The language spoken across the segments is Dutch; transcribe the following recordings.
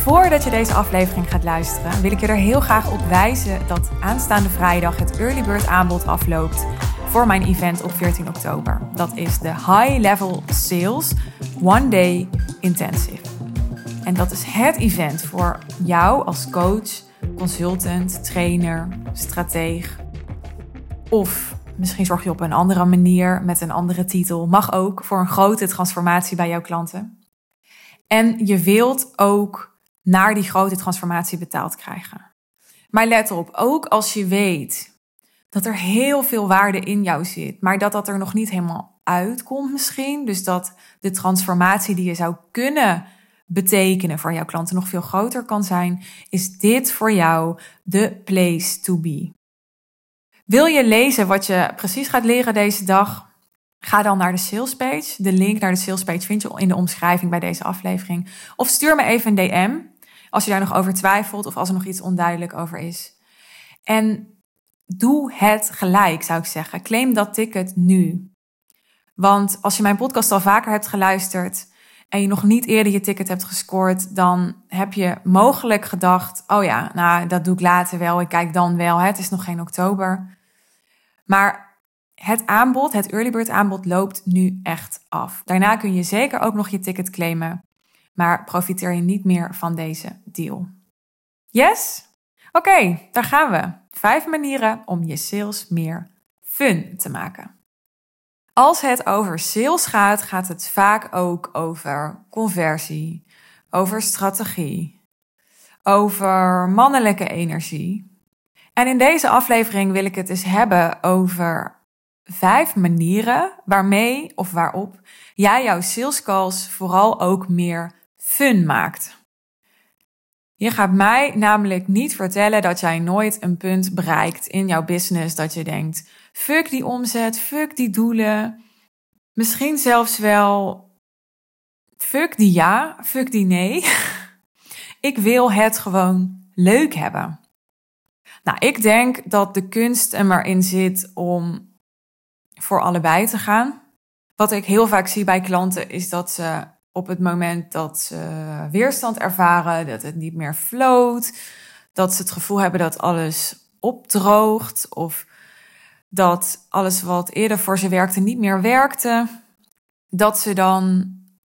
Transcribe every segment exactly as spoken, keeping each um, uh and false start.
Voordat je deze aflevering gaat luisteren, wil ik je er heel graag op wijzen dat aanstaande vrijdag het Early Bird aanbod afloopt voor mijn event op veertien oktober. Dat is de High Level Sales One Day Intensive. En dat is het event voor jou als coach, consultant, trainer, strateeg. Of misschien zorg je op een andere manier met een andere titel. Mag ook voor een grote transformatie bij jouw klanten. En je wilt ook naar die grote transformatie betaald krijgen. Maar let op, ook als je weet dat er heel veel waarde in jou zit, maar dat dat er nog niet helemaal uitkomt misschien. Dus dat de transformatie die je zou kunnen betekenen voor jouw klanten nog veel groter kan zijn, is dit voor jou de place to be. Wil je lezen wat je precies gaat leren deze dag? Ga dan naar de sales page. De link naar de sales page vind je in de omschrijving bij deze aflevering. Of stuur me even een D M als je daar nog over twijfelt of als er nog iets onduidelijk over is. En doe het gelijk, zou ik zeggen. Claim dat ticket nu. Want als je mijn podcast al vaker hebt geluisterd en je nog niet eerder je ticket hebt gescoord, dan heb je mogelijk gedacht, oh ja, nou, dat doe ik later wel, ik kijk dan wel, het is nog geen oktober. Maar het aanbod, het Early Bird aanbod, loopt nu echt af. Daarna kun je zeker ook nog je ticket claimen, maar profiteer je niet meer van deze deal. Yes? Oké, okay, daar gaan we. Vijf manieren om je sales meer fun te maken. Als het over sales gaat, gaat het vaak ook over conversie, over strategie, over mannelijke energie. En in deze aflevering wil ik het eens hebben over vijf manieren waarmee of waarop jij jouw sales calls vooral ook meer fun maakt. Je gaat mij namelijk niet vertellen dat jij nooit een punt bereikt in jouw business dat je denkt, fuck die omzet, fuck die doelen, misschien zelfs wel, fuck die ja, fuck die nee. Ik wil het gewoon leuk hebben. Nou, ik denk dat de kunst er maar in zit om voor allebei te gaan. Wat ik heel vaak zie bij klanten is dat ze op het moment dat ze weerstand ervaren, dat het niet meer float, dat ze het gevoel hebben dat alles opdroogt of dat alles wat eerder voor ze werkte niet meer werkte, dat ze dan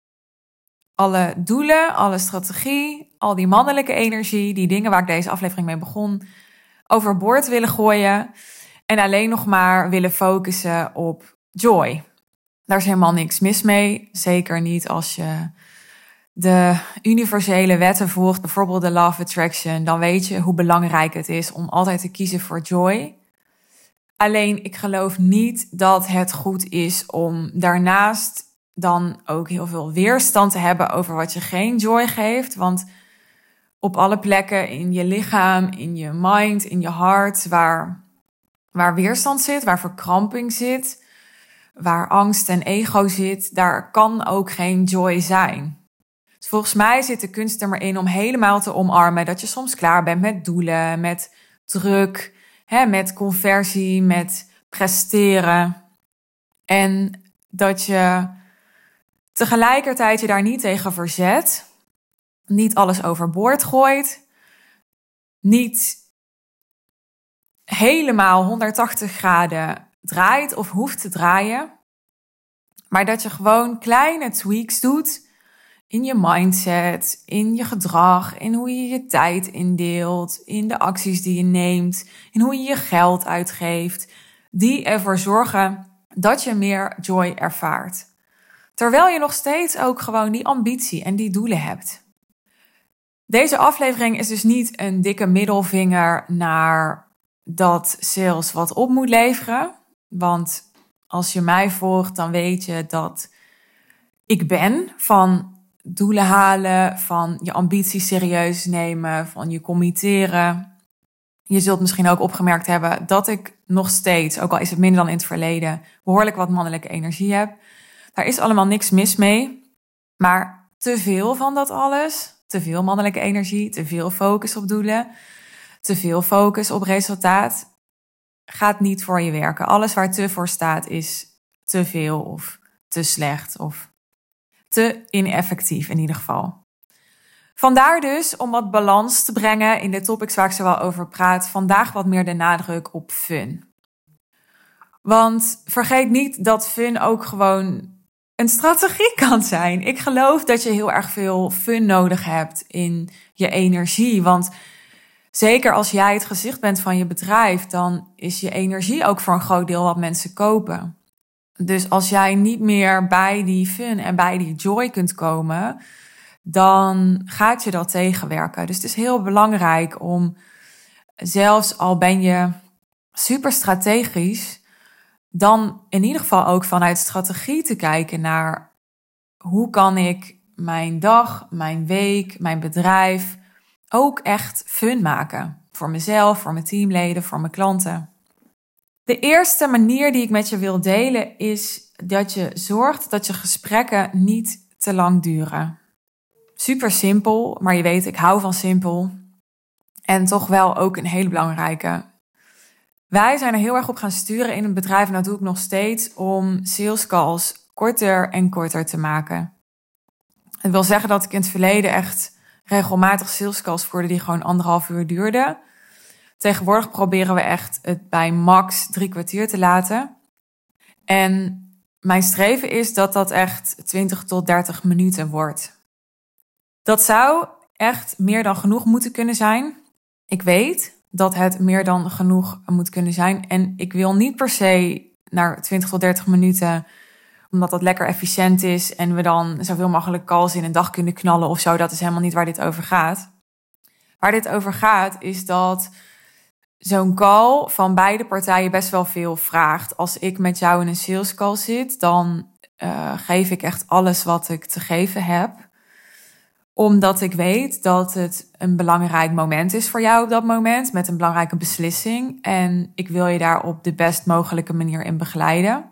alle doelen, alle strategie, al die mannelijke energie, die dingen waar ik deze aflevering mee begon, overboord willen gooien en alleen nog maar willen focussen op joy. Daar is helemaal niks mis mee. Zeker niet als je de universele wetten volgt, bijvoorbeeld de Law of Attraction. Dan weet je hoe belangrijk het is om altijd te kiezen voor joy. Alleen ik geloof niet dat het goed is om daarnaast dan ook heel veel weerstand te hebben over wat je geen joy geeft. Want op alle plekken in je lichaam, in je mind, in je hart, waar, waar weerstand zit, waar verkramping zit, waar angst en ego zit, daar kan ook geen joy zijn. Dus volgens mij zit de kunst er maar in om helemaal te omarmen dat je soms klaar bent met doelen, met druk, hè, met conversie, met presteren. En dat je tegelijkertijd je daar niet tegen verzet, niet alles overboord gooit, niet helemaal honderdtachtig graden draait of hoeft te draaien, maar dat je gewoon kleine tweaks doet in je mindset, in je gedrag, in hoe je je tijd indeelt, in de acties die je neemt, in hoe je je geld uitgeeft, die ervoor zorgen dat je meer joy ervaart. Terwijl je nog steeds ook gewoon die ambitie en die doelen hebt. Deze aflevering is dus niet een dikke middelvinger naar dat sales wat op moet leveren. Want als je mij volgt, dan weet je dat ik ben van doelen halen, van je ambities serieus nemen, van je committeren. Je zult misschien ook opgemerkt hebben dat ik nog steeds, ook al is het minder dan in het verleden, behoorlijk wat mannelijke energie heb. Daar is allemaal niks mis mee, maar te veel van dat alles, te veel mannelijke energie, te veel focus op doelen, te veel focus op resultaat, gaat niet voor je werken. Alles waar te voor staat is te veel of te slecht of te ineffectief in ieder geval. Vandaar dus om wat balans te brengen in de topics waar ik zo wel over praat, vandaag wat meer de nadruk op fun. Want vergeet niet dat fun ook gewoon een strategie kan zijn. Ik geloof dat je heel erg veel fun nodig hebt in je energie. Want zeker als jij het gezicht bent van je bedrijf, dan is je energie ook voor een groot deel wat mensen kopen. Dus als jij niet meer bij die fun en bij die joy kunt komen, dan gaat je dat tegenwerken. Dus het is heel belangrijk om, zelfs al ben je super strategisch, dan in ieder geval ook vanuit strategie te kijken naar hoe kan ik mijn dag, mijn week, mijn bedrijf ook echt fun maken. Voor mezelf, voor mijn teamleden, voor mijn klanten. De eerste manier die ik met je wil delen is dat je zorgt dat je gesprekken niet te lang duren. Super simpel, maar je weet, ik hou van simpel. En toch wel ook een hele belangrijke. Wij zijn er heel erg op gaan sturen in het bedrijf, en dat doe ik nog steeds, om sales calls korter en korter te maken. Het wil zeggen dat ik in het verleden echt regelmatig sales calls voerde die gewoon anderhalf uur duurden. Tegenwoordig proberen we echt het bij max drie kwartier te laten. En mijn streven is dat dat echt twintig tot dertig minuten wordt. Dat zou echt meer dan genoeg moeten kunnen zijn. Ik weet dat het meer dan genoeg moet kunnen zijn. En ik wil niet per se naar twintig tot dertig minuten, omdat dat lekker efficiënt is en we dan zoveel mogelijk calls in een dag kunnen knallen of zo. Dat is helemaal niet waar dit over gaat. Waar dit over gaat is dat zo'n call van beide partijen best wel veel vraagt. Als ik met jou in een sales call zit, dan uh, geef ik echt alles wat ik te geven heb. Omdat ik weet dat het een belangrijk moment is voor jou op dat moment, met een belangrijke beslissing. En ik wil je daar op de best mogelijke manier in begeleiden.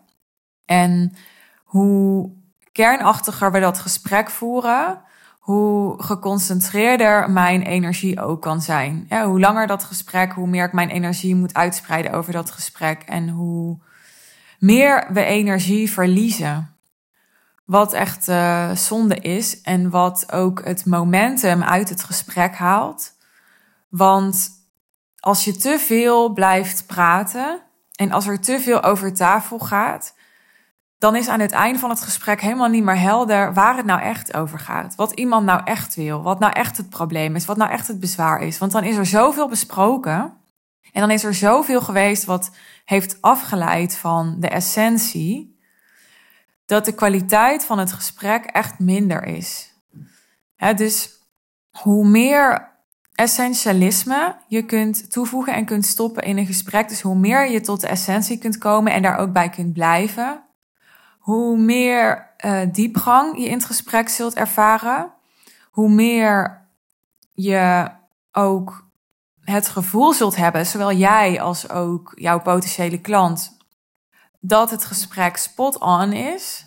En hoe kernachtiger we dat gesprek voeren, hoe geconcentreerder mijn energie ook kan zijn. Ja, hoe langer dat gesprek, hoe meer ik mijn energie moet uitspreiden over dat gesprek. En hoe meer we energie verliezen. Wat echt uh, zonde is en wat ook het momentum uit het gesprek haalt. Want als je te veel blijft praten en als er te veel over tafel gaat, dan is aan het einde van het gesprek helemaal niet meer helder waar het nou echt over gaat. Wat iemand nou echt wil, wat nou echt het probleem is, wat nou echt het bezwaar is. Want dan is er zoveel besproken en dan is er zoveel geweest wat heeft afgeleid van de essentie, dat de kwaliteit van het gesprek echt minder is. He, dus hoe meer essentialisme je kunt toevoegen en kunt stoppen in een gesprek, dus hoe meer je tot de essentie kunt komen en daar ook bij kunt blijven, hoe meer uh, diepgang je in het gesprek zult ervaren, hoe meer je ook het gevoel zult hebben, zowel jij als ook jouw potentiële klant, dat het gesprek spot on is.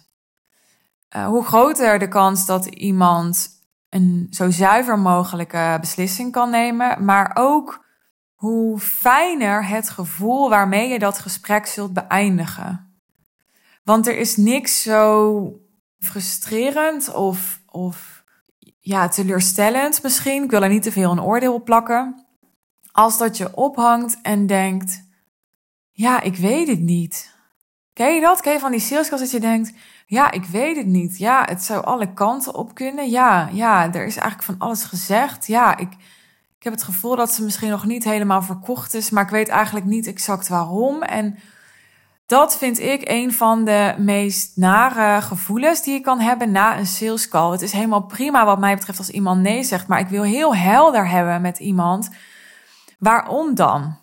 Uh, hoe groter de kans dat iemand een zo zuiver mogelijke beslissing kan nemen, maar ook hoe fijner het gevoel waarmee je dat gesprek zult beëindigen. Want er is niks zo frustrerend of, of ja, teleurstellend misschien, ik wil er niet te veel een oordeel op plakken, als dat je ophangt en denkt, ja, ik weet het niet. Ken je dat? Ken je van die salescalls dat je denkt, ja, ik weet het niet. Ja, het zou alle kanten op kunnen. Ja, ja, er is eigenlijk van alles gezegd. Ja, ik, ik heb het gevoel dat ze misschien nog niet helemaal verkocht is, maar ik weet eigenlijk niet exact waarom. En dat vind ik een van de meest nare gevoelens die je kan hebben na een salescall. Het is helemaal prima wat mij betreft als iemand nee zegt, maar ik wil heel helder hebben met iemand. Waarom dan?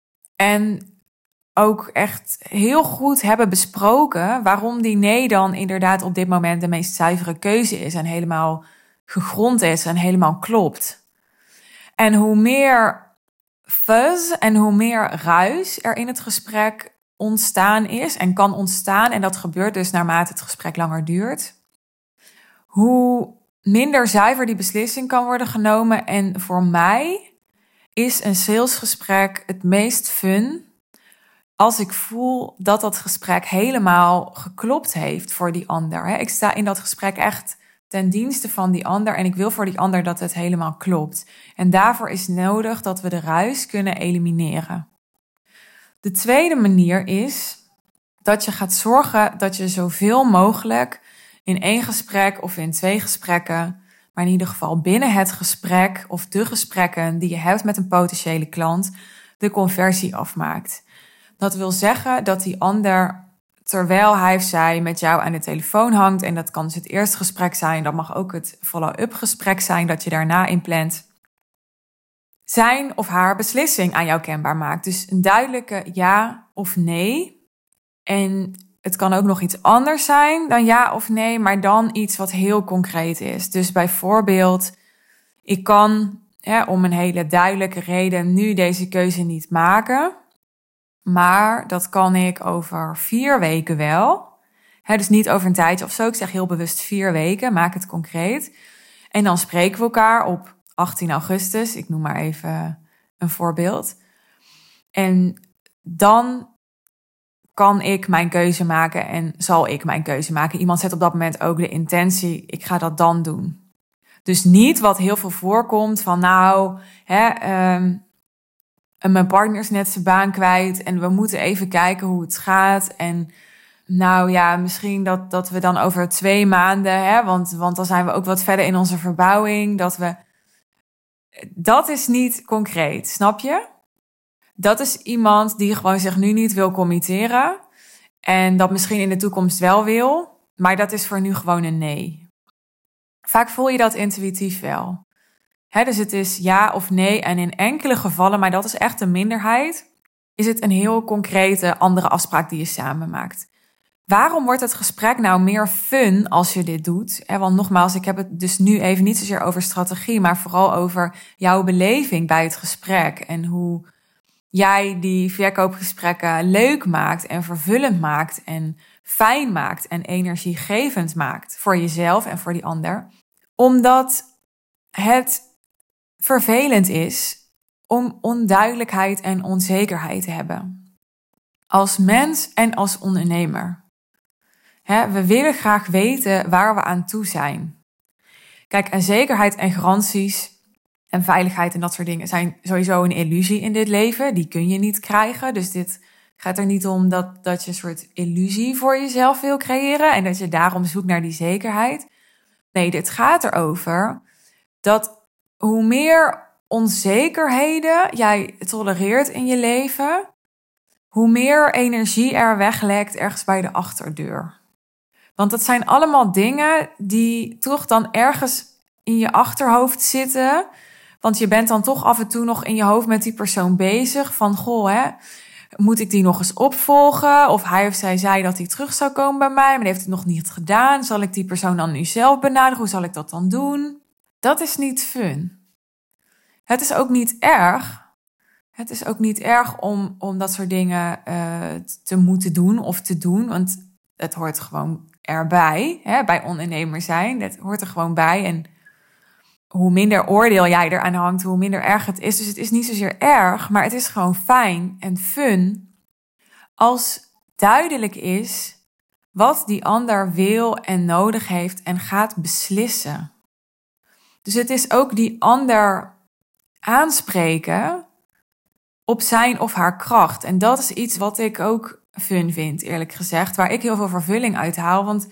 En ook echt heel goed hebben besproken waarom die nee dan inderdaad op dit moment de meest zuivere keuze is en helemaal gegrond is en helemaal klopt. En hoe meer fuzz en hoe meer ruis er in het gesprek ontstaan is en kan ontstaan, en dat gebeurt dus naarmate het gesprek langer duurt, hoe minder zuiver die beslissing kan worden genomen. En voor mij is een salesgesprek het meest fun als ik voel dat dat gesprek helemaal geklopt heeft voor die ander. Ik sta in dat gesprek echt ten dienste van die ander en ik wil voor die ander dat het helemaal klopt. En daarvoor is nodig dat we de ruis kunnen elimineren. De tweede manier is dat je gaat zorgen dat je zoveel mogelijk in één gesprek of in twee gesprekken, maar in ieder geval binnen het gesprek of de gesprekken die je hebt met een potentiële klant, de conversie afmaakt. Dat wil zeggen dat die ander, terwijl hij of zij met jou aan de telefoon hangt, en dat kan dus het eerste gesprek zijn, dat mag ook het follow-up gesprek zijn dat je daarna inplant, zijn of haar beslissing aan jou kenbaar maakt. Dus een duidelijke ja of nee. En het kan ook nog iets anders zijn dan ja of nee, maar dan iets wat heel concreet is. Dus bijvoorbeeld, ik kan ja, om een hele duidelijke reden nu deze keuze niet maken, maar dat kan ik over vier weken wel. He, dus niet over een tijdje of zo. Ik zeg heel bewust vier weken, maak het concreet. En dan spreken we elkaar op achttien augustus. Ik noem maar even een voorbeeld. En dan kan ik mijn keuze maken en zal ik mijn keuze maken. Iemand zet op dat moment ook de intentie, ik ga dat dan doen. Dus niet wat heel veel voorkomt van nou, hè, um, mijn partner is net zijn baan kwijt en we moeten even kijken hoe het gaat. En nou ja, misschien dat, dat we dan over twee maanden, hè, want, want dan zijn we ook wat verder in onze verbouwing, dat we... Dat is niet concreet, snap je? Dat is iemand die gewoon zich nu niet wil committeren en dat misschien in de toekomst wel wil, maar dat is voor nu gewoon een nee. Vaak voel je dat intuïtief wel. He, dus het is ja of nee en in enkele gevallen, maar dat is echt een minderheid, is het een heel concrete andere afspraak die je samen maakt. Waarom wordt het gesprek nou meer fun als je dit doet? He, want nogmaals, ik heb het dus nu even niet zozeer over strategie, maar vooral over jouw beleving bij het gesprek en hoe jij die verkoopgesprekken leuk maakt en vervullend maakt en fijn maakt en energiegevend maakt voor jezelf en voor die ander. Omdat het vervelend is om onduidelijkheid en onzekerheid te hebben. Als mens en als ondernemer. He, we willen graag weten waar we aan toe zijn. Kijk, en zekerheid en garanties en veiligheid en dat soort dingen zijn sowieso een illusie in dit leven. Die kun je niet krijgen. Dus dit gaat er niet om dat, dat je een soort illusie voor jezelf wil creëren en dat je daarom zoekt naar die zekerheid. Nee, dit gaat erover dat hoe meer onzekerheden jij tolereert in je leven, hoe meer energie er weglekt ergens bij de achterdeur. Want dat zijn allemaal dingen die toch dan ergens in je achterhoofd zitten. Want je bent dan toch af en toe nog in je hoofd met die persoon bezig. Van, goh, hè, moet ik die nog eens opvolgen? Of hij of zij zei dat hij terug zou komen bij mij, maar die heeft het nog niet gedaan. Zal ik die persoon dan nu zelf benaderen? Hoe zal ik dat dan doen? Dat is niet fun. Het is ook niet erg. Het is ook niet erg om, om dat soort dingen uh, te moeten doen of te doen. Want het hoort gewoon erbij. Hè, bij ondernemer zijn. Dat hoort er gewoon bij. En hoe minder oordeel jij eraan hangt, hoe minder erg het is. Dus het is niet zozeer erg, maar het is gewoon fijn en fun als duidelijk is wat die ander wil en nodig heeft en gaat beslissen. Dus het is ook die ander aanspreken op zijn of haar kracht. En dat is iets wat ik ook fun vind, eerlijk gezegd. Waar ik heel veel vervulling uit haal. Want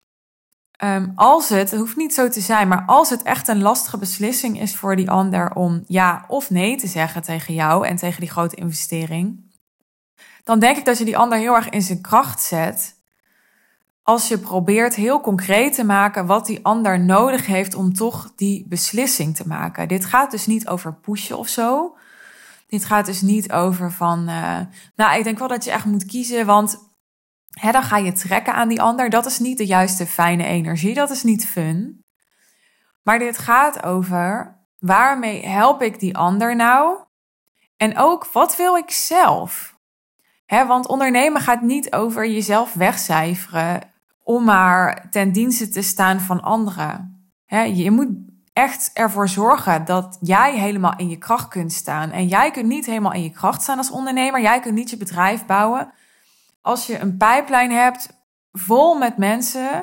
um, als het, het hoeft niet zo te zijn, maar als het echt een lastige beslissing is voor die ander om ja of nee te zeggen tegen jou en tegen die grote investering, dan denk ik dat je die ander heel erg in zijn kracht zet als je probeert heel concreet te maken wat die ander nodig heeft om toch die beslissing te maken. Dit gaat dus niet over pushen of zo. Dit gaat dus niet over van, uh, nou, ik denk wel dat je echt moet kiezen, want hè, dan ga je trekken aan die ander. Dat is niet de juiste fijne energie, dat is niet fun. Maar dit gaat over, waarmee help ik die ander nou? En ook, wat wil ik zelf? Hè, want ondernemen gaat niet over jezelf wegcijferen om maar ten dienste te staan van anderen. Hè, je moet echt ervoor zorgen dat jij helemaal in je kracht kunt staan. En jij kunt niet helemaal in je kracht staan als ondernemer. Jij kunt niet je bedrijf bouwen als je een pijplijn hebt vol met mensen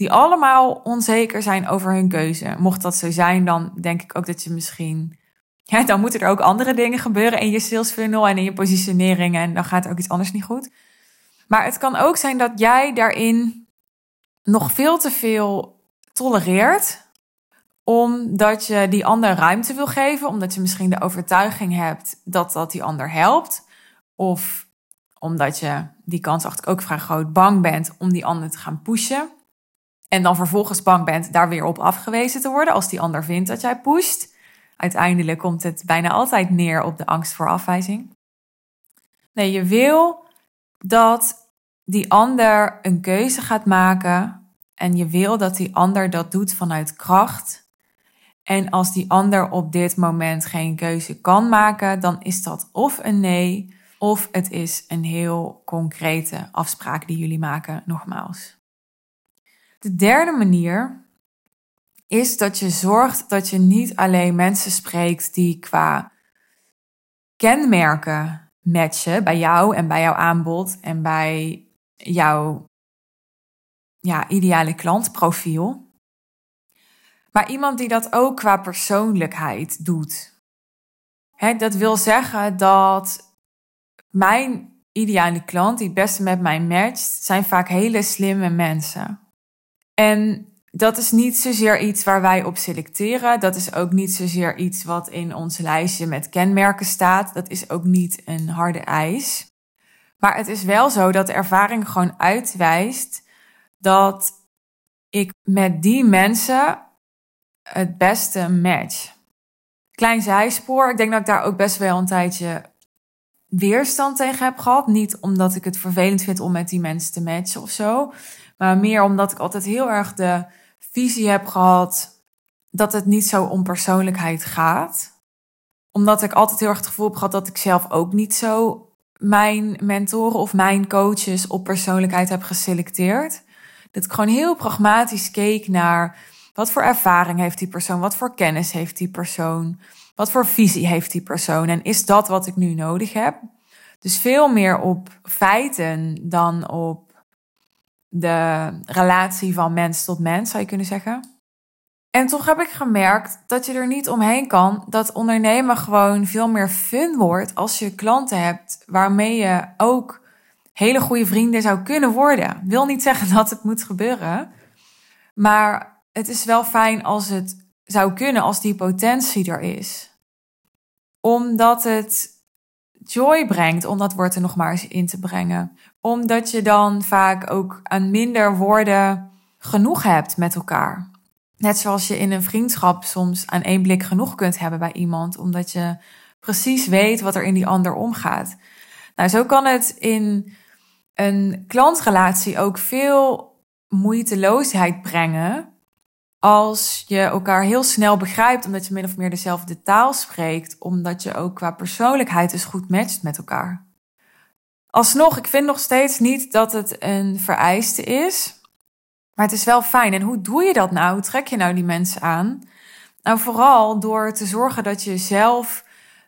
die allemaal onzeker zijn over hun keuze. Mocht dat zo zijn, dan denk ik ook dat je misschien... Ja, dan moeten er ook andere dingen gebeuren in je sales funnel en in je positionering. En dan gaat ook iets anders niet goed. Maar het kan ook zijn dat jij daarin nog veel te veel tolereert. Omdat je die ander ruimte wil geven. Omdat je misschien de overtuiging hebt dat dat die ander helpt. Of omdat je, die kans acht ik ook vrij groot, bang bent om die ander te gaan pushen. En dan vervolgens bang bent daar weer op afgewezen te worden als die ander vindt dat jij pusht. Uiteindelijk komt het bijna altijd neer op de angst voor afwijzing. Nee, je wil dat die ander een keuze gaat maken. En je wil dat die ander dat doet vanuit kracht. En als die ander op dit moment geen keuze kan maken, dan is dat of een nee, of het is een heel concrete afspraak die jullie maken, nogmaals. De derde manier is dat je zorgt dat je niet alleen mensen spreekt die qua kenmerken matchen bij jou en bij jouw aanbod en bij jouw ja, ideale klantprofiel. Maar iemand die dat ook qua persoonlijkheid doet. Hè, dat wil zeggen dat mijn ideale klant, die het beste met mij matcht, zijn vaak hele slimme mensen. En dat is niet zozeer iets waar wij op selecteren. Dat is ook niet zozeer iets wat in ons lijstje met kenmerken staat. Dat is ook niet een harde eis. Maar het is wel zo dat de ervaring gewoon uitwijst dat ik met die mensen het beste match. Klein zijspoor. Ik denk dat ik daar ook best wel een tijdje weerstand tegen heb gehad. Niet omdat ik het vervelend vind om met die mensen te matchen of zo. Maar meer omdat ik altijd heel erg de visie heb gehad dat het niet zo om persoonlijkheid gaat. Omdat ik altijd heel erg het gevoel heb gehad dat ik zelf ook niet zo mijn mentoren of mijn coaches op persoonlijkheid heb geselecteerd. Dat ik gewoon heel pragmatisch keek naar wat voor ervaring heeft die persoon, wat voor kennis heeft die persoon, wat voor visie heeft die persoon en is dat wat ik nu nodig heb? Dus veel meer op feiten dan op de relatie van mens tot mens, zou je kunnen zeggen. En toch heb ik gemerkt dat je er niet omheen kan dat ondernemen gewoon veel meer fun wordt als je klanten hebt waarmee je ook hele goede vrienden zou kunnen worden. Ik wil niet zeggen dat het moet gebeuren, maar het is wel fijn als het zou kunnen, als die potentie er is. Omdat het joy brengt, om dat woord er nog maar eens in te brengen. Omdat je dan vaak ook aan minder woorden genoeg hebt met elkaar. Net zoals je in een vriendschap soms aan één blik genoeg kunt hebben bij iemand, omdat je precies weet wat er in die ander omgaat. Nou, zo kan het in een klantrelatie ook veel moeiteloosheid brengen als je elkaar heel snel begrijpt, omdat je min of meer dezelfde taal spreekt, omdat je ook qua persoonlijkheid dus goed matcht met elkaar. Alsnog, ik vind nog steeds niet dat het een vereiste is, maar het is wel fijn. En hoe doe je dat nou? Hoe trek je nou die mensen aan? Nou, vooral door te zorgen dat je zelf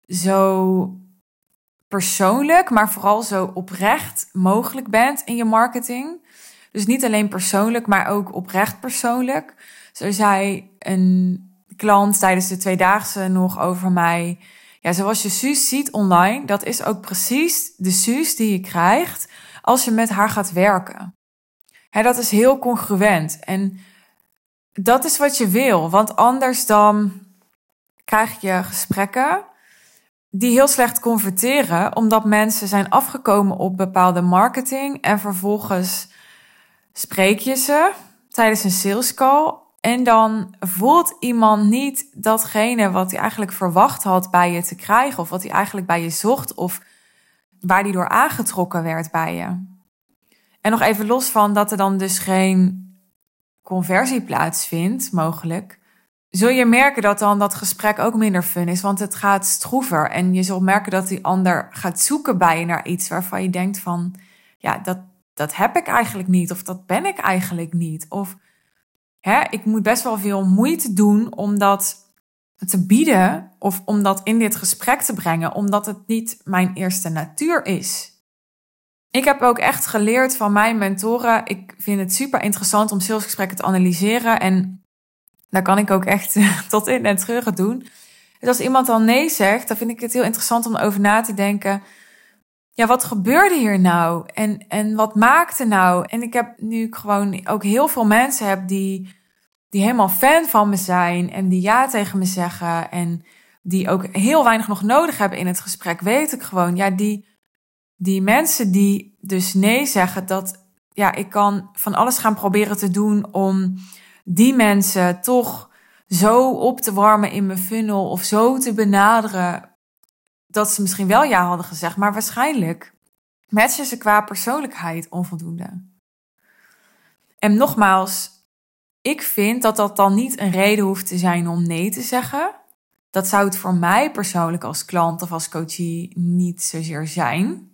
zo persoonlijk, maar vooral zo oprecht mogelijk bent in je marketing. Dus niet alleen persoonlijk, maar ook oprecht persoonlijk. Zo zei een klant tijdens de tweedaagse nog over mij: ja, zoals je Suus ziet online, dat is ook precies de Suus die je krijgt als je met haar gaat werken. He, dat is heel congruent. En dat is wat je wil. Want anders dan krijg je gesprekken die heel slecht converteren, omdat mensen zijn afgekomen op bepaalde marketing en vervolgens spreek je ze tijdens een sales call en dan voelt iemand niet datgene wat hij eigenlijk verwacht had bij je te krijgen, of wat hij eigenlijk bij je zocht, of waar hij door aangetrokken werd bij je. En nog even los van dat er dan dus geen conversie plaatsvindt, mogelijk, zul je merken dat dan dat gesprek ook minder fun is, want het gaat stroever. En je zult merken dat die ander gaat zoeken bij je naar iets waarvan je denkt van, ja, dat, dat heb ik eigenlijk niet, of dat ben ik eigenlijk niet. Of hè, ik moet best wel veel moeite doen om dat te bieden, of om dat in dit gesprek te brengen, omdat het niet mijn eerste natuur is. Ik heb ook echt geleerd van mijn mentoren. Ik vind het super interessant om salesgesprekken te analyseren. En daar kan ik ook echt tot in en terug het doen. Dus als iemand dan nee zegt, dan vind ik het heel interessant om over na te denken. Ja, wat gebeurde hier nou? En, en wat maakte nou? En ik heb nu ik gewoon ook heel veel mensen heb die, die helemaal fan van me zijn. En die ja tegen me zeggen. En die ook heel weinig nog nodig hebben in het gesprek. Weet ik gewoon, ja, die... Die mensen die dus nee zeggen, dat ja, ik kan van alles gaan proberen te doen om die mensen toch zo op te warmen in mijn funnel of zo te benaderen dat ze misschien wel ja hadden gezegd, maar waarschijnlijk matchen ze qua persoonlijkheid onvoldoende. En nogmaals, ik vind dat dat dan niet een reden hoeft te zijn om nee te zeggen. Dat zou het voor mij persoonlijk als klant of als coachie niet zozeer zijn.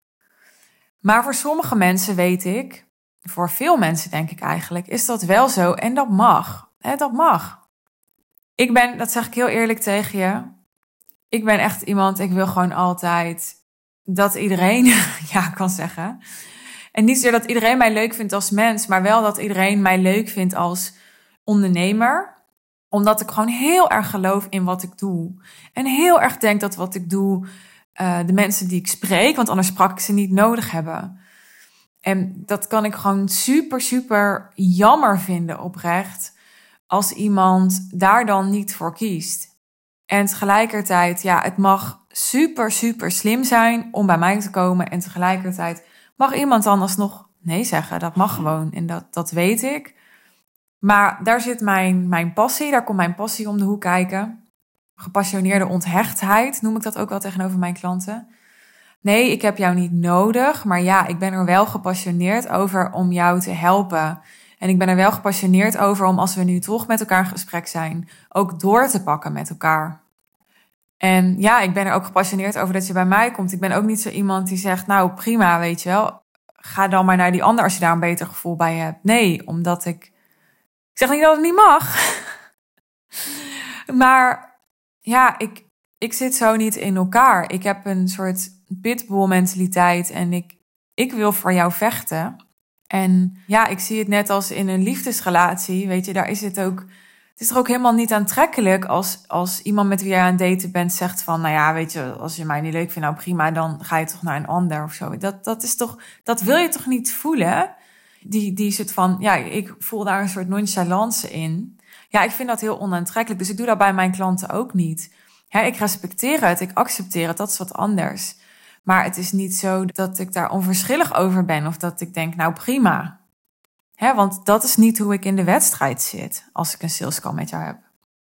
Maar voor sommige mensen weet ik, voor veel mensen denk ik eigenlijk, is dat wel zo en dat mag. Hè, dat mag. Ik ben, dat zeg ik heel eerlijk tegen je, ik ben echt iemand, ik wil gewoon altijd dat iedereen ja kan zeggen. En niet zozeer dat iedereen mij leuk vindt als mens, maar wel dat iedereen mij leuk vindt als ondernemer. Omdat ik gewoon heel erg geloof in wat ik doe. En heel erg denk dat wat ik doe, Uh, de mensen die ik spreek, want anders sprak ik ze niet nodig hebben. En dat kan ik gewoon super, super jammer vinden oprecht, als iemand daar dan niet voor kiest. En tegelijkertijd, ja, het mag super, super slim zijn om bij mij te komen. En tegelijkertijd mag iemand dan alsnog nee zeggen. Dat mag gewoon en dat, dat weet ik. Maar daar zit mijn, mijn passie, daar komt mijn passie om de hoek kijken. Gepassioneerde onthechtheid, noem ik dat ook wel tegenover mijn klanten. Nee, ik heb jou niet nodig, maar ja, ik ben er wel gepassioneerd over om jou te helpen. En ik ben er wel gepassioneerd over om, als we nu toch met elkaar in gesprek zijn, ook door te pakken met elkaar. En ja, ik ben er ook gepassioneerd over dat je bij mij komt. Ik ben ook niet zo iemand die zegt, nou prima, weet je wel, ga dan maar naar die ander als je daar een beter gevoel bij hebt. Nee, omdat ik, ik zeg niet dat het niet mag, maar ja, ik, ik zit zo niet in elkaar. Ik heb een soort pitbull mentaliteit en ik, ik wil voor jou vechten. En ja, ik zie het net als in een liefdesrelatie, weet je, daar is het ook, het is toch ook helemaal niet aantrekkelijk als, als iemand met wie jij aan het daten bent zegt van, nou ja, weet je, als je mij niet leuk vindt, nou prima, dan ga je toch naar een ander of zo. Dat, dat is toch, dat wil je toch niet voelen? Die, die soort van, ja, ik voel daar een soort nonchalance in. Ja, ik vind dat heel onaantrekkelijk. Dus ik doe dat bij mijn klanten ook niet. Ja, ik respecteer het, ik accepteer het, dat is wat anders. Maar het is niet zo dat ik daar onverschillig over ben of dat ik denk, nou prima. Hè, want dat is niet hoe ik in de wedstrijd zit als ik een sales call met jou heb.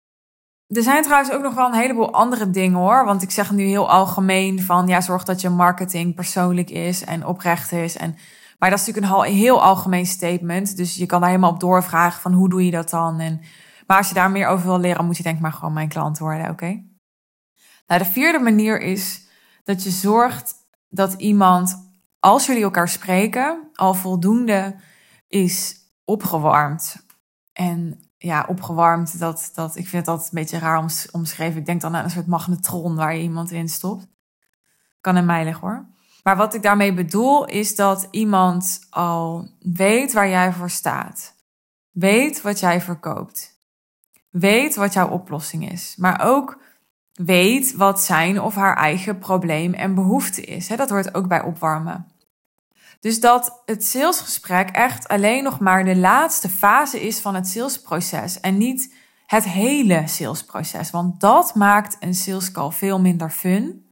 Er zijn trouwens ook nog wel een heleboel andere dingen hoor. Want ik zeg nu heel algemeen van, ja, zorg dat je marketing persoonlijk is en oprecht is. En, maar dat is natuurlijk een heel algemeen statement. Dus je kan daar helemaal op doorvragen van, hoe doe je dat dan? En maar als je daar meer over wil leren, moet je denk ik maar gewoon mijn klant worden, oké? Okay? Nou, de vierde manier is dat je zorgt dat iemand, als jullie elkaar spreken, al voldoende is opgewarmd. En ja, opgewarmd, dat, dat, ik vind het altijd een beetje raar omschreven. Ik denk dan aan een soort magnetron waar je iemand in stopt. Kan in mij liggen hoor. Maar wat ik daarmee bedoel, is dat iemand al weet waar jij voor staat. Weet wat jij verkoopt. Weet wat jouw oplossing is. Maar ook weet wat zijn of haar eigen probleem en behoefte is. Dat hoort ook bij opwarmen. Dus dat het salesgesprek echt alleen nog maar de laatste fase is van het salesproces. En niet het hele salesproces. Want dat maakt een salescall veel minder fun.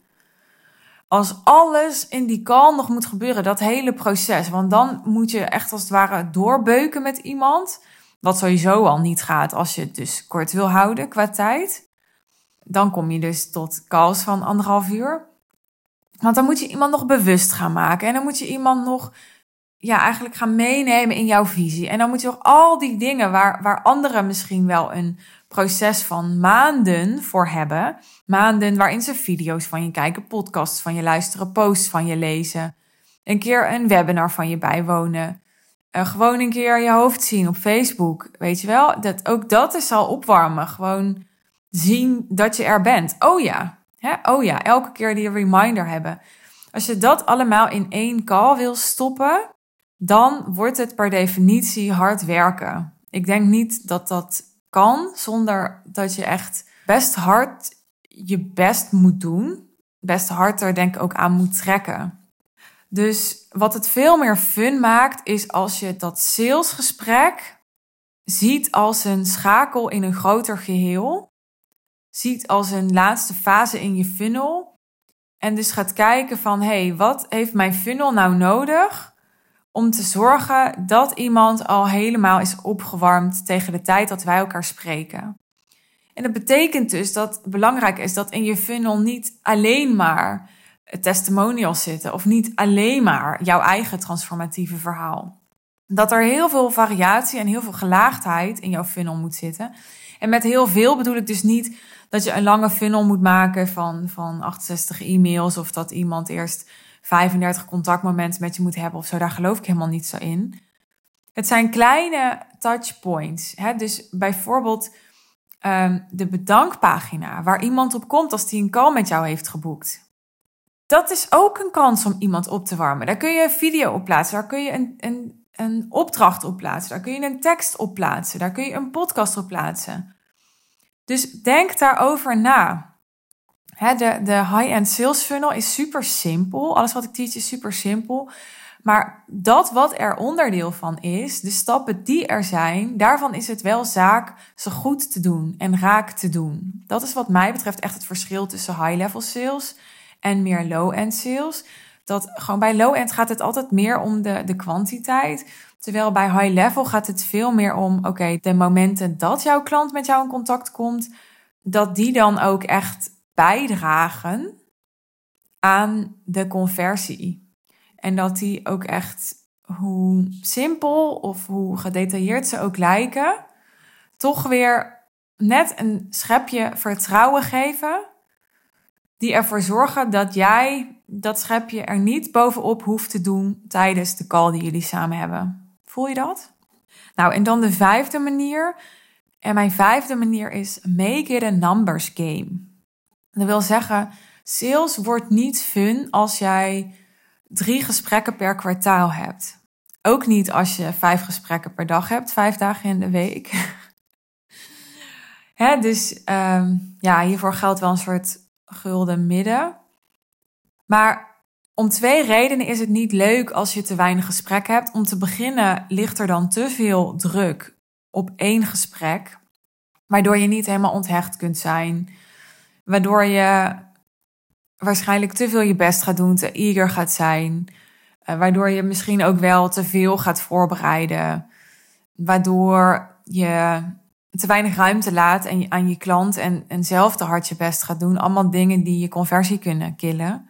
Als alles in die call nog moet gebeuren, dat hele proces. Want dan moet je echt als het ware doorbeuken met iemand. Wat sowieso al niet gaat als je het dus kort wil houden qua tijd. Dan kom je dus tot calls van anderhalf uur. Want dan moet je iemand nog bewust gaan maken. En dan moet je iemand nog ja, eigenlijk gaan meenemen in jouw visie. En dan moet je nog al die dingen waar, waar anderen misschien wel een proces van maanden voor hebben. Maanden waarin ze video's van je kijken, podcasts van je luisteren, posts van je lezen. Een keer een webinar van je bijwonen. Uh, gewoon een keer je hoofd zien op Facebook. Weet je wel, dat, ook dat is al opwarmen. Gewoon zien dat je er bent. Oh ja, hè? Oh ja, elke keer die reminder hebben. Als je dat allemaal in één call wil stoppen, dan wordt het per definitie hard werken. Ik denk niet dat dat kan zonder dat je echt best hard je best moet doen. Best hard er denk ik ook aan moet trekken. Dus wat het veel meer fun maakt, is als je dat salesgesprek ziet als een schakel in een groter geheel. Ziet als een laatste fase in je funnel. En dus gaat kijken van, hé, hey, wat heeft mijn funnel nou nodig om te zorgen dat iemand al helemaal is opgewarmd tegen de tijd dat wij elkaar spreken. En dat betekent dus dat het belangrijk is dat in je funnel niet alleen maar testimonials zitten of niet alleen maar jouw eigen transformatieve verhaal. Dat er heel veel variatie en heel veel gelaagdheid in jouw funnel moet zitten. En met heel veel bedoel ik dus niet dat je een lange funnel moet maken van, van achtenzestig e-mails of dat iemand eerst vijfendertig contactmomenten met je moet hebben of zo. Daar geloof ik helemaal niet zo in. Het zijn kleine touchpoints. Hè? Dus bijvoorbeeld um, de bedankpagina waar iemand op komt als die een call met jou heeft geboekt. Dat is ook een kans om iemand op te warmen. Daar kun je een video op plaatsen. Daar kun je een, een, een opdracht op plaatsen. Daar kun je een tekst op plaatsen. Daar kun je een podcast op plaatsen. Dus denk daarover na. He, de, de high-end sales funnel is super simpel. Alles wat ik teach is super simpel. Maar dat wat er onderdeel van is, de stappen die er zijn, daarvan is het wel zaak ze goed te doen en raak te doen. Dat is wat mij betreft echt het verschil tussen high-level sales en meer low-end sales. Dat gewoon bij low-end gaat het altijd meer om de, de kwantiteit. Terwijl bij high-level gaat het veel meer om, oké, okay, de momenten dat jouw klant met jou in contact komt, dat die dan ook echt bijdragen aan de conversie. En dat die ook echt, hoe simpel of hoe gedetailleerd ze ook lijken, toch weer net een schepje vertrouwen geven, die ervoor zorgen dat jij dat schepje er niet bovenop hoeft te doen tijdens de call die jullie samen hebben. Voel je dat? Nou, en dan de vijfde manier. En mijn vijfde manier is make it a numbers game. Dat wil zeggen, sales wordt niet fun als jij drie gesprekken per kwartaal hebt. Ook niet als je vijf gesprekken per dag hebt, vijf dagen in de week. Hè, dus um, ja, hiervoor geldt wel een soort gulden midden. Maar om twee redenen is het niet leuk als je te weinig gesprekken hebt. Om te beginnen ligt er dan te veel druk op één gesprek, waardoor je niet helemaal onthecht kunt zijn. Waardoor je waarschijnlijk te veel je best gaat doen, te eager gaat zijn. Uh, waardoor je misschien ook wel te veel gaat voorbereiden. Waardoor je te weinig ruimte laat en je, aan je klant en, en zelf te hard je best gaat doen. Allemaal dingen die je conversie kunnen killen.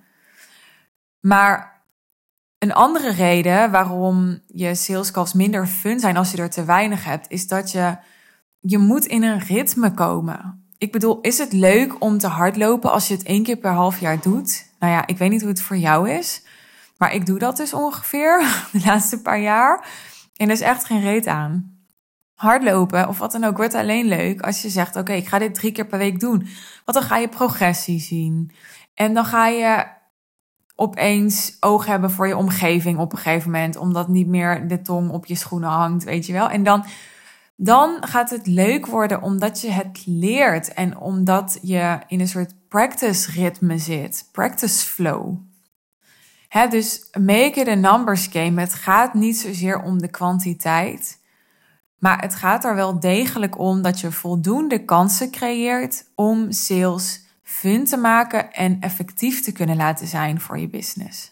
Maar een andere reden waarom je sales calls minder fun zijn als je er te weinig hebt, is dat je, je moet in een ritme komen. Ik bedoel, is het leuk om te hardlopen als je het één keer per half jaar doet? Nou ja, ik weet niet hoe het voor jou is, maar ik doe dat dus ongeveer de laatste paar jaar. En er is echt geen reet aan. Hardlopen of wat dan ook wordt alleen leuk als je zegt, oké, okay, ik ga dit drie keer per week doen. Want dan ga je progressie zien. En dan ga je opeens oog hebben voor je omgeving op een gegeven moment, omdat niet meer de tong op je schoenen hangt, weet je wel. En dan, dan gaat het leuk worden omdat je het leert en omdat je in een soort practice ritme zit, practice flow. Hè, dus make it a numbers game. Het gaat niet zozeer om de kwantiteit, maar het gaat er wel degelijk om dat je voldoende kansen creëert om sales fun te maken en effectief te kunnen laten zijn voor je business.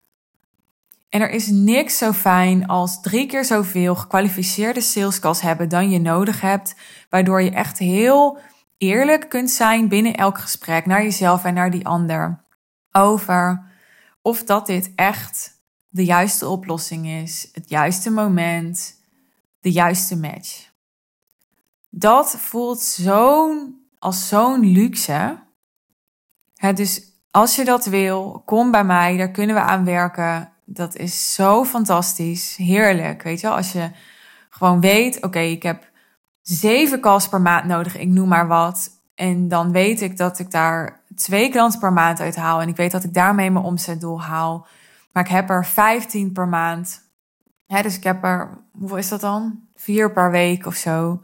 En er is niks zo fijn als drie keer zoveel gekwalificeerde sales calls hebben dan je nodig hebt, waardoor je echt heel eerlijk kunt zijn binnen elk gesprek naar jezelf en naar die ander over of dat dit echt de juiste oplossing is, het juiste moment, de juiste match. Dat voelt zo'n, als zo'n luxe. He, dus als je dat wil, kom bij mij, daar kunnen we aan werken. Dat is zo fantastisch, heerlijk. Weet je wel, als je gewoon weet, oké, okay, ik heb zeven calls per maand nodig, ik noem maar wat. En dan weet ik dat ik daar twee klanten per maand uithaal. En ik weet dat ik daarmee mijn omzetdoel haal. Maar ik heb er vijftien per maand. Hè, dus ik heb er, hoeveel is dat dan? Vier per week of zo.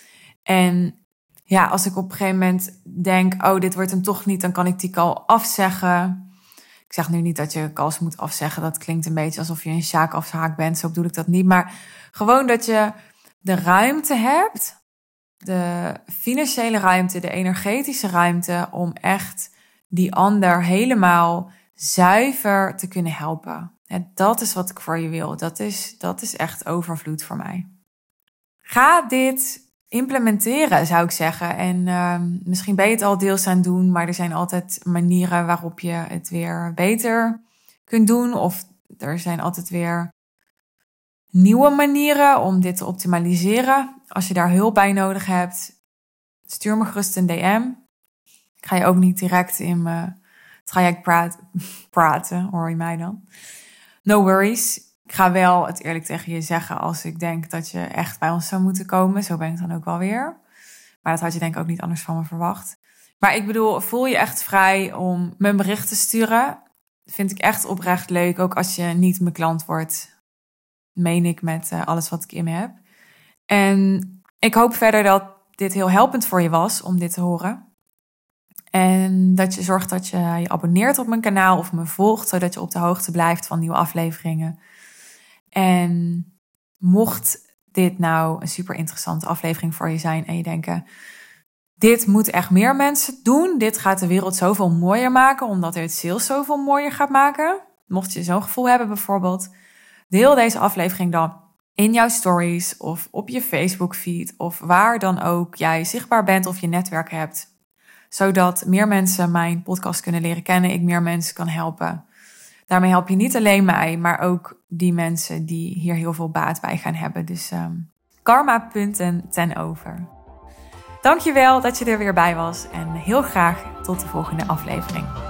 En ja, als ik op een gegeven moment denk, oh, dit wordt hem toch niet, dan kan ik die call afzeggen. Ik zeg nu niet dat je calls moet afzeggen. Dat klinkt een beetje alsof je een sjaak afhaak bent. Zo bedoel ik dat niet. Maar gewoon dat je de ruimte hebt, de financiële ruimte, de energetische ruimte, om echt die ander helemaal zuiver te kunnen helpen. En dat is wat ik voor je wil. Dat is, dat is echt overvloed voor mij. Ga dit implementeren, zou ik zeggen. En uh, misschien ben je het al deels aan het doen, maar er zijn altijd manieren waarop je het weer beter kunt doen. Of er zijn altijd weer nieuwe manieren om dit te optimaliseren. Als je daar hulp bij nodig hebt, stuur me gerust een D M. Ik ga je ook niet direct in mijn traject praat, praten, hoor je mij dan. No worries. Ik ga wel het eerlijk tegen je zeggen als ik denk dat je echt bij ons zou moeten komen. Zo ben ik dan ook wel weer. Maar dat had je denk ik ook niet anders van me verwacht. Maar ik bedoel, voel je echt vrij om me een bericht te sturen. Dat vind ik echt oprecht leuk. Ook als je niet mijn klant wordt, meen ik met uh, alles wat ik in me heb. En ik hoop verder dat dit heel helpend voor je was om dit te horen. En dat je zorgt dat je je abonneert op mijn kanaal of me volgt, zodat je op de hoogte blijft van nieuwe afleveringen. En mocht dit nou een super interessante aflevering voor je zijn en je denken, dit moeten echt meer mensen doen. Dit gaat de wereld zoveel mooier maken, omdat het sales zoveel mooier gaat maken. Mocht je zo'n gevoel hebben bijvoorbeeld, deel deze aflevering dan in jouw stories of op je Facebook feed of waar dan ook jij zichtbaar bent of je netwerk hebt. Zodat meer mensen mijn podcast kunnen leren kennen, ik meer mensen kan helpen. Daarmee help je niet alleen mij, maar ook die mensen die hier heel veel baat bij gaan hebben. Dus um, karma punten ten over. Dankjewel dat je er weer bij was en heel graag tot de volgende aflevering.